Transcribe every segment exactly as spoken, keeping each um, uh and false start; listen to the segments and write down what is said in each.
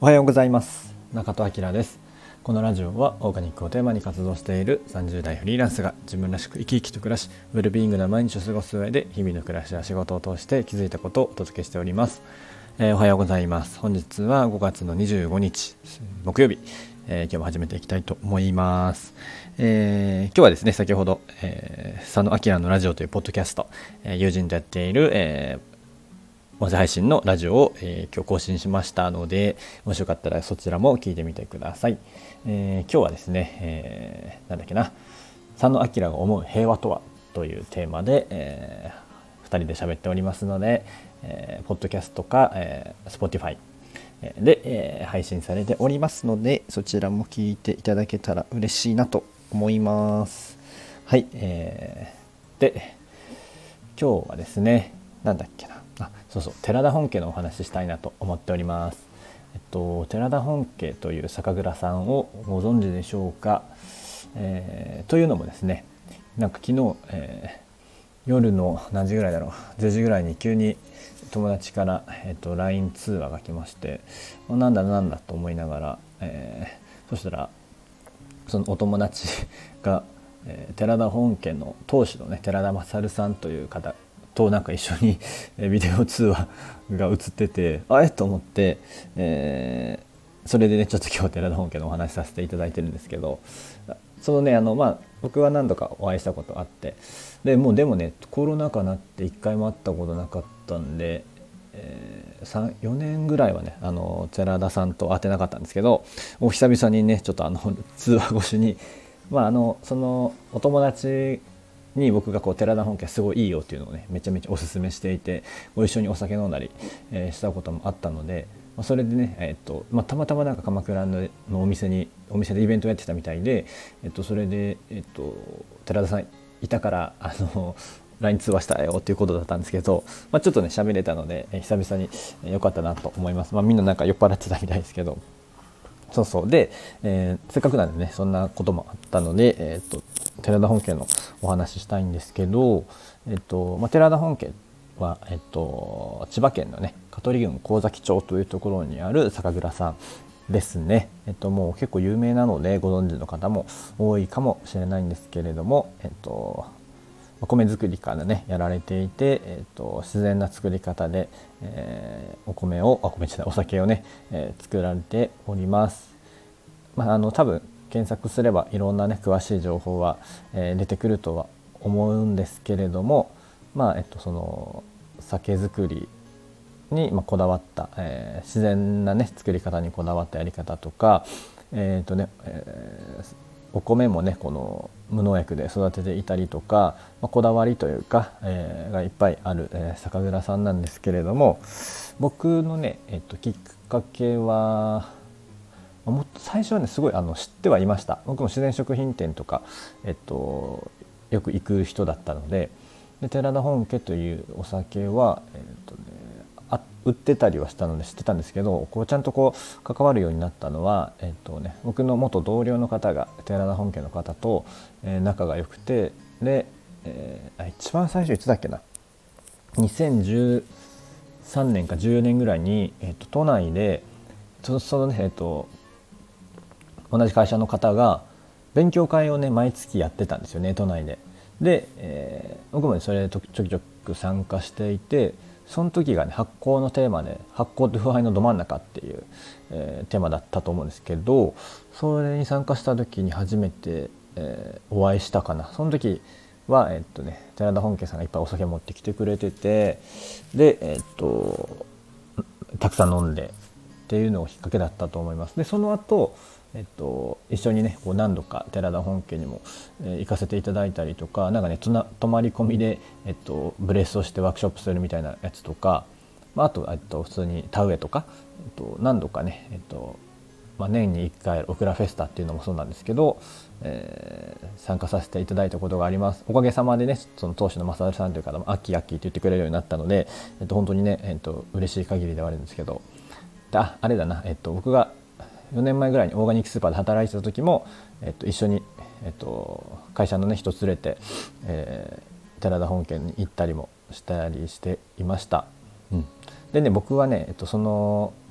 おはようございます。中戸明です。このラジオはオーガニックをテーマに活動しているさんじゅう代フリーランスが自分らしく生き生きと暮らし、ウェルビーイングな毎日を過ごす上で日々の暮らしや仕事を通して気づいたことをお届けしております。えー、おはようございます。本日はごがつのにじゅうごにち木曜日、えー、今日も始めていきたいと思います。えー、今日はですね、先ほど、えー、佐野明のラジオというポッドキャスト、えー、友人とやっている、えー音声配信のラジオを、えー、今日更新しましたので、もしよかったらそちらも聞いてみてください。えー、今日はですね、えー、なんだっけな佐野明が思う平和とはというテーマで、えー、ふたりで喋っておりますので、えー、ポッドキャストか、えー、Spotify で、えー、配信されておりますので、そちらも聞いていただけたら嬉しいなと思います。はい、えー、で今日はですね、なんだっけなあそうそう寺田本家のお話ししたいなと思っております。えっと寺田本家という酒蔵さんをご存知でしょうか。えー、というのもですね、なんか昨日、えー、夜の何時ぐらいだろうじゅうじぐらいに急に友達から、えっと、ライン 通話が来まして、なんだなんだと思いながら、えー、そしたらそのお友達が、えー、寺田本家の当主のね寺田勝さんという方となんか一緒にビデオ通話が映ってて、あえと思って、えー、それでねちょっと今日寺田本家のお話しさせていただいてるんですけど、そのねあのまあ僕は何度かお会いしたことあって、でもうでもねコロナ禍になっていっかいも会ったことなかったんで、えー、さん、よねんぐらいはねあの寺田さんと会ってなかったんですけど、お久々にねちょっとあの通話越しに、まああのそのお友達に僕がこう寺田本家すごいいいよっていうのをねめちゃめちゃおすすめしていて、ご一緒にお酒飲んだり、えー、したこともあったので、まあ、それでね、えーっとまあ、たまたまなんか鎌倉 の, のお店にお店でイベントをやってたみたいで、えーっとそれで、えーっと寺田さんいたからあの ライン 通話したよっていうことだったんですけど、まあ、ちょっとね喋れたので、えー、久々に良かったなと思います。まあ、みんななんか酔っ払ってたみたいですけど、そうそうで、えー、せっかくなんでねそんなこともあったので、えー、と寺田本家のお話ししたいんですけど、えーとまあ、寺田本家は、えー、と千葉県のね香取郡神崎町というところにある酒蔵さんですね。えっと、もう結構有名なのでご存知の方も多いかもしれないんですけれども、えっとお米作りからねやられていて、えー、と自然な作り方で、えー、お米をお米じゃないお酒をね、えー、作られております。まあ、あの多分検索すればいろんなね詳しい情報は、えー、出てくるとは思うんですけれども、まあえっとその酒造りに、まあ、こだわった、えー、自然なね作り方にこだわったやり方とか、えーとねえーお米もねこの無農薬で育てていたりとか、まあ、こだわりというか、えー、がいっぱいある、えー、酒蔵さんなんですけれども、僕のね、えっと、きっかけはもっと最初はねすごいあの知ってはいました。僕も自然食品店とか、えっと、よく行く人だったので、で寺田本家というお酒は、えっとね、あ売ってたりはしたので知ってたんですけど、こうちゃんとこう関わるようになったのは、えっとね、僕の元同僚の方が寺田本家の方と、えー、仲が良くて、で、えー、一番最初いつだっけなにせんじゅうさんねんかじゅうよねんぐらいに、えっと、都内でそのね、えっと、同じ会社の方が勉強会をね毎月やってたんですよね、都内で。で、えー、僕も、ね、それちょきちょく参加していて、その時がね発酵のテーマで、発酵と腐敗のど真ん中っていう、えー、テーマだったと思うんですけど、それに参加した時に初めて、えー、お会いしたかな。その時は、えっとね、寺田本家さんがいっぱいお酒持ってきてくれてて、で、えっとたくさん飲んでっていうのをきっかけだったと思います。でその後えっと、一緒にねこう何度か寺田本家にも、えー、行かせていただいたりとか、なんかねつな泊まり込みで、えっと、ブレスをしてワークショップするみたいなやつとか、まあ、あと、えっと、普通に田植えとか、えっと、何度かね、えっとまあ、年にいっかいオクラフェスタっていうのもそうなんですけど、えー、参加させていただいたことがあります。おかげさまでねその当主の正さんという方もアッキーアッキーって言ってくれるようになったので、えっと、本当にね、えっと、嬉しい限りではあるんですけど、ああれだな、えっと、僕がよねんまえぐらいにオーガニックスーパーで働いてた時も、えっと、一緒に、えっと、会社の、ね、人連れて、えー、寺田本家に行ったりもしたりしていました。うん、でね僕はね、えっと、その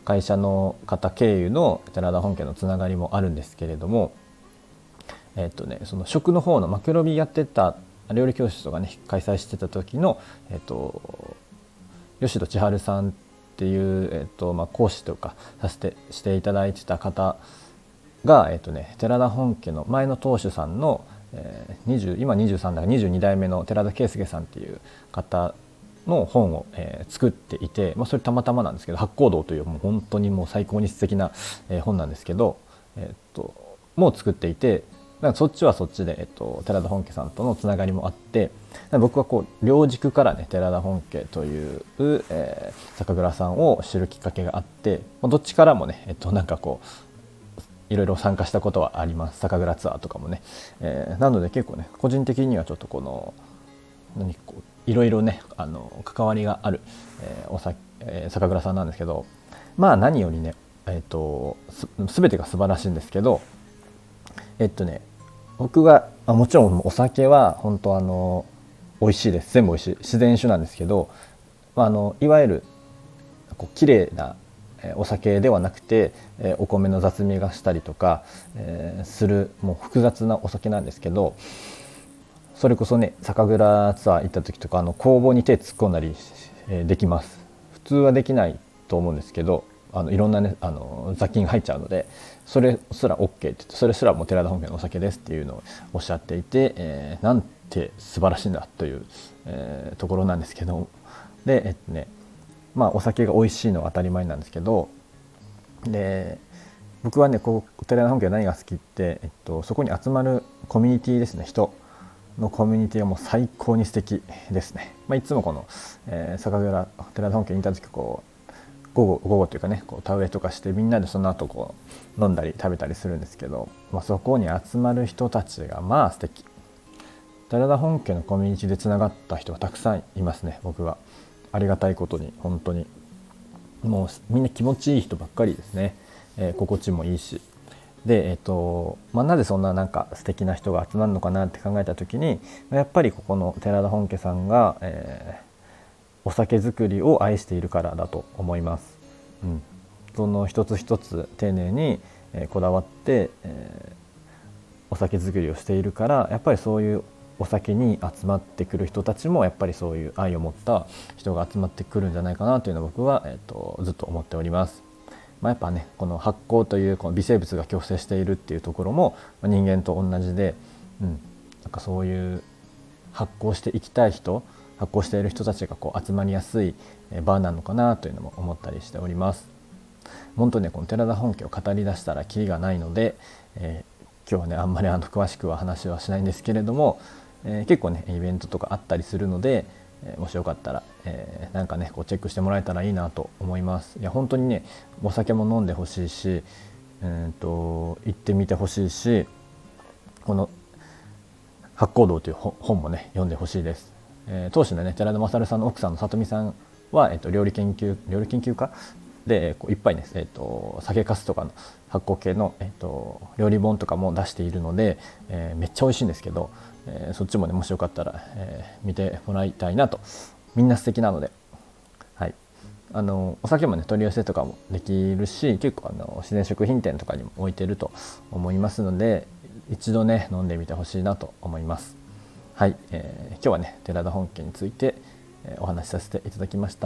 会社の方経由の寺田本家のつながりもあるんですけれども、えっとね、その食の方のマクロビやってた料理教室とかね開催してた時の、えっと、吉戸千春さんっていう、えっとまあ、講師とかさせてしていただいてた方が、えっとね、寺田本家の前の当主さんの、えー、にじゅう今にじゅうさんだからにじゅうに代目の寺田圭介さんっていう方の本を、えー、作っていて、まあ、それたまたまなんですけど、八甲道というもう本当にもう最高に素敵な、えー、本なんですけど、えー、っともう作っていて、なんかそっちはそっちで、えっと、寺田本家さんとのつながりもあって、僕はこう両軸からね寺田本家という、えー、酒蔵さんを知るきっかけがあって、どっちからもね、えっと、なんかこういろいろ参加したことはあります。酒蔵ツアーとかもね、えー、なので結構ね個人的にはちょっとこの何こういろいろねあの関わりがある、えーお酒えー、酒蔵さんなんですけど、まあ何よりね、えー、とす全てが素晴らしいんですけど、えっとね僕があもちろんお酒は本当あの美味しいです。全部美味しい自然酒なんですけど、まあ、あのいわゆるこう綺麗なお酒ではなくて、えー、お米の雑味がしたりとか、えー、するもう複雑なお酒なんですけど、それこそね酒蔵ツアー行った時とかあの工房に手突っ込んだり、えー、できます。普通はできないと思うんですけど、あのいろんなねあの雑菌が入っちゃうので、それすら OK って言って、それすらもう寺田本家のお酒ですっていうのをおっしゃっていて、えー、なんて素晴らしいんだという、えー、ところなんですけど、でえっとねまあお酒が美味しいのは当たり前なんですけど、で僕はねこう寺田本家何が好きって、えっと、そこに集まるコミュニティですね。人のコミュニティはもう最高に素敵ですね。まあ、いつもこの、えー、酒蔵寺田本家にいた時こう午後午後というかねこう田植えとかしてみんなでその後こう飲んだり食べたりするんですけど、まあ、そこに集まる人たちがまあ素敵。寺田本家のコミュニティでつながった人がたくさんいますね。僕はありがたいことに本当にもうみんな気持ちいい人ばっかりですね、えー、心地もいいしで、えーとまあ、なぜそんななんか素敵な人が集まるのかなって考えた時に、やっぱりここの寺田本家さんが、えーお酒造りを愛しているからだと思います。うん、その一つ一つ丁寧に、えー、こだわって、えー、お酒造りをしているから、やっぱりそういうお酒に集まってくる人たちもやっぱりそういう愛を持った人が集まってくるんじゃないかなというのを僕は、えー、とずっと思っております。まあ、やっぱねこの発酵というこの微生物が共生しているっていうところも人間と同じで、うん、なんかそういう発酵していきたい人発酵している人たちがこう集まりやすい場なのかなというのも思ったりしております。本当にねこの寺田本家を語り出したらキリがないので、えー、今日はねあんまりあの詳しくは話はしないんですけれども、えー、結構ねイベントとかあったりするので、えー、もしよかったら、えー、なんかねこうチェックしてもらえたらいいなと思います。いや本当にねお酒も飲んでほしいし、えー、と行ってみてほしいし、この八甲道という本もね読んでほしいです。えー、当主のね寺田勝さんの奥さんの里美さんは、えー、と料理研究料理研究家でこういっぱいね、えー、と酒粕とかの発酵系の、えー、と料理本とかも出しているので、えー、めっちゃ美味しいんですけど、えー、そっちもねもしよかったら、えー、見てもらいたいなと。みんな素敵なので、はい、あのお酒もね取り寄せとかもできるし、結構あの自然食品店とかにも置いてると思いますので、一度ね飲んでみてほしいなと思います。はい、えー、今日はね寺田本家について、えー、お話しさせていただきました。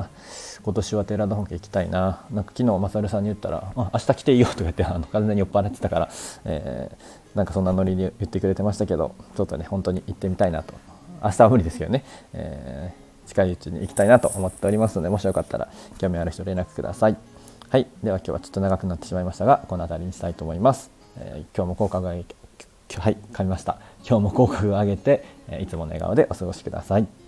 今年は寺田本家行きたいな。なんか昨日マサルさんに言ったらあ明日来ていいよとか言ってあの完全に酔っ払ってたから、えー、なんかそんなノリで言ってくれてましたけど、ちょっとね本当に行ってみたいなと。明日は無理ですけどね、えー、近いうちに行きたいなと思っておりますので、もしよかったら興味ある人連絡ください。はい、では今日はちょっと長くなってしまいましたがこの辺りにしたいと思います。えー、今日も効果がはい、噛みました。今日も口角を上げて、いつもの笑顔でお過ごしください。